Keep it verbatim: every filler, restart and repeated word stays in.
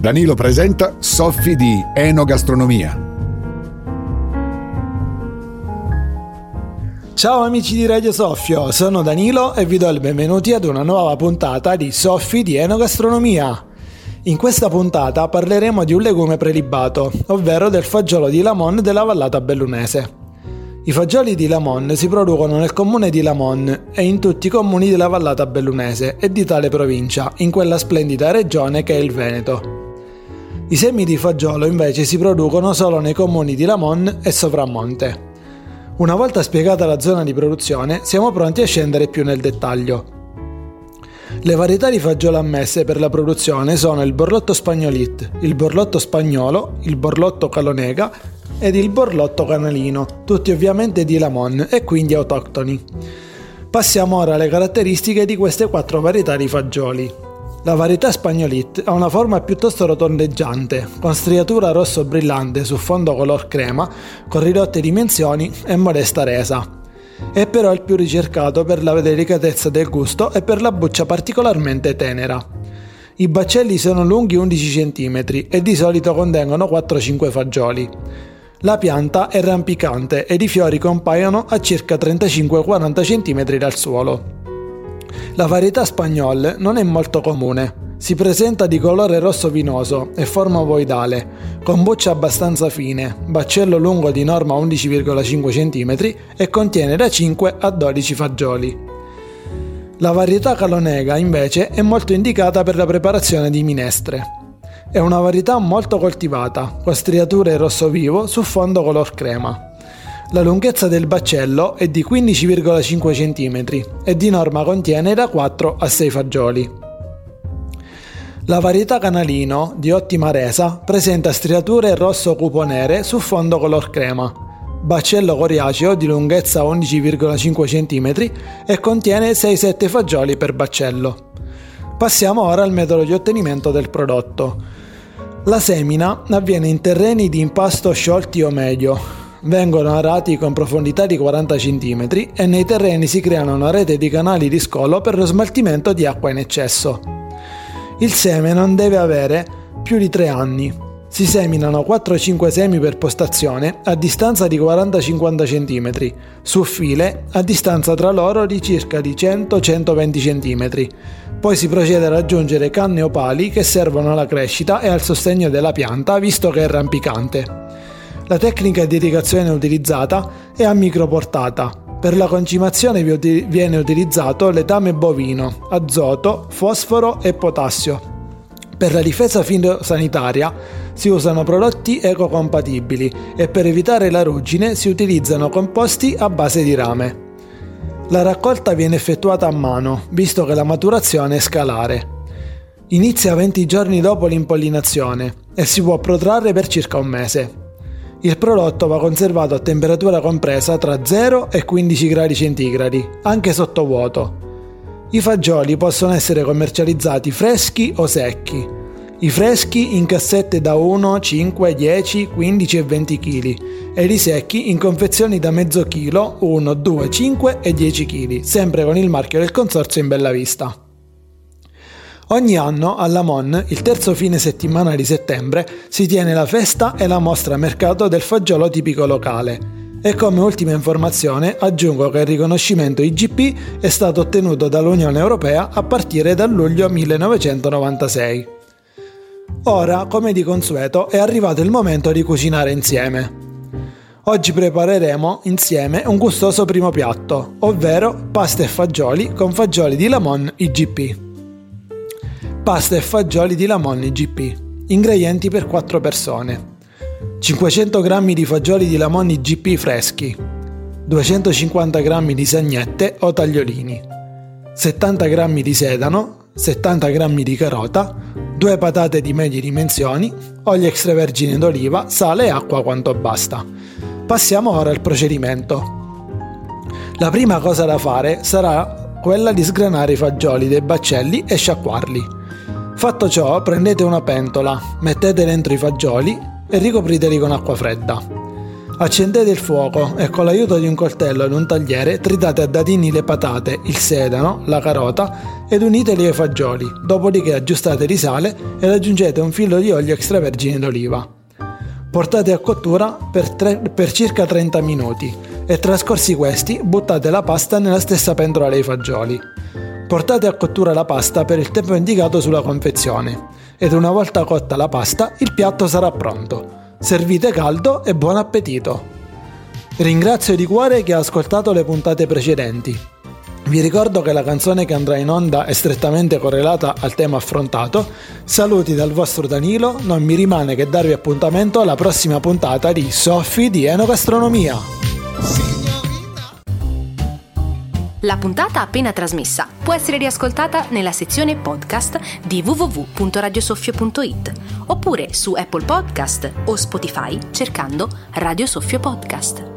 Danilo presenta Soffi di Enogastronomia. Ciao amici di Radio Soffio, sono Danilo e vi do il benvenuti ad una nuova puntata di Soffi di Enogastronomia. In questa puntata parleremo di un legume prelibato, ovvero del fagiolo di Lamon della vallata bellunese. I fagioli di Lamon si producono nel comune di Lamon e in tutti i comuni della vallata bellunese e di tale provincia, in quella splendida regione che è il Veneto. I semi di fagiolo invece si producono solo nei comuni di Lamon e Sovramonte. Una volta spiegata la zona di produzione, siamo pronti a scendere più nel dettaglio. Le varietà di fagiolo ammesse per la produzione sono il borlotto spagnolit, il borlotto spagnolo, il borlotto calonega ed il borlotto canalino, tutti ovviamente di Lamon e quindi autoctoni. Passiamo ora alle caratteristiche di queste quattro varietà di fagioli. La varietà spagnolit ha una forma piuttosto rotondeggiante, con striatura rosso brillante su fondo color crema, con ridotte dimensioni e modesta resa. È però il più ricercato per la delicatezza del gusto e per la buccia particolarmente tenera. I baccelli sono lunghi undici centimetri e di solito contengono quattro cinque fagioli. La pianta è rampicante ed i fiori compaiono a circa trentacinque quaranta centimetri dal suolo. La varietà spagnol non è molto comune. Si presenta di colore rosso vinoso e forma ovoidale, con buccia abbastanza fine, baccello lungo di norma undici virgola cinque centimetri e contiene da cinque a dodici fagioli. La varietà calonega invece è molto indicata per la preparazione di minestre. È una varietà molto coltivata, con striature rosso vivo su fondo color crema. La lunghezza del baccello è di quindici virgola cinque centimetri e di norma contiene da quattro a sei fagioli. La varietà canalino, di ottima resa, presenta striature rosso cupo nere su fondo color crema, baccello coriaceo di lunghezza undici virgola cinque centimetri e contiene sei sette fagioli per baccello. Passiamo ora al metodo di ottenimento del prodotto. La semina avviene in terreni di impasto sciolti o medio. Vengono arati con profondità di quaranta centimetri e nei terreni si creano una rete di canali di scolo per lo smaltimento di acqua in eccesso. Il seme non deve avere più di tre anni. Si seminano quattro cinque semi per postazione a distanza di quaranta cinquanta centimetri, su file a distanza tra loro di circa di cento centoventi centimetri. Poi si procede ad aggiungere canne o pali che servono alla crescita e al sostegno della pianta, visto che è rampicante. La tecnica di irrigazione utilizzata è a microportata. Per la concimazione viene utilizzato letame bovino, azoto, fosforo e potassio. Per la difesa fitosanitaria si usano prodotti ecocompatibili e per evitare la ruggine si utilizzano composti a base di rame. La raccolta viene effettuata a mano, visto che la maturazione è scalare. Inizia venti giorni dopo l'impollinazione e si può protrarre per circa un mese. Il prodotto va conservato a temperatura compresa tra zero e quindici gradi centigradi, anche sotto vuoto. I fagioli possono essere commercializzati freschi o secchi. I freschi in cassette da uno, cinque, dieci, quindici e venti chili ed i secchi in confezioni da mezzo chilo, uno, due, cinque e dieci chili, sempre con il marchio del consorzio in bella vista. Ogni anno a Lamon, il terzo fine settimana di settembre, si tiene la festa e la mostra mercato del fagiolo tipico locale. E come ultima informazione aggiungo che il riconoscimento I G P è stato ottenuto dall'Unione Europea a partire dal luglio millenovecentonovantasei. Ora, come di consueto, è arrivato il momento di cucinare insieme. Oggi prepareremo insieme un gustoso primo piatto, ovvero pasta e fagioli con fagioli di Lamon I G P. Pasta e fagioli di Lamon I G P. Ingredienti per quattro persone. cinquecento grammi di fagioli di Lamon I G P freschi, duecentocinquanta grammi di sagnette o tagliolini, settanta grammi di sedano, settanta grammi di carota, due patate di medie dimensioni, olio extravergine d'oliva, sale e acqua quanto basta. Passiamo ora al procedimento. La prima cosa da fare sarà quella di sgranare i fagioli dei baccelli e sciacquarli. Fatto ciò, prendete una pentola, mettete dentro i fagioli e ricopriteli con acqua fredda. Accendete il fuoco e con l'aiuto di un coltello ed un tagliere tritate a dadini le patate, il sedano, la carota ed uniteli ai fagioli, dopodiché aggiustate di sale ed aggiungete un filo di olio extravergine d'oliva. Portate a cottura per, tre, per circa trenta minuti e trascorsi questi buttate la pasta nella stessa pentola dei fagioli. Portate a cottura la pasta per il tempo indicato sulla confezione ed una volta cotta la pasta il piatto sarà pronto. Servite caldo e buon appetito! Ringrazio di cuore chi ha ascoltato le puntate precedenti. Vi ricordo che la canzone che andrà in onda è strettamente correlata al tema affrontato. Saluti dal vostro Danilo, non mi rimane che darvi appuntamento alla prossima puntata di Soffi di Enogastronomia. La puntata appena trasmessa può essere riascoltata nella sezione podcast di w w w punto radiosoffio punto i t oppure su Apple Podcast o Spotify cercando Radio Soffio Podcast.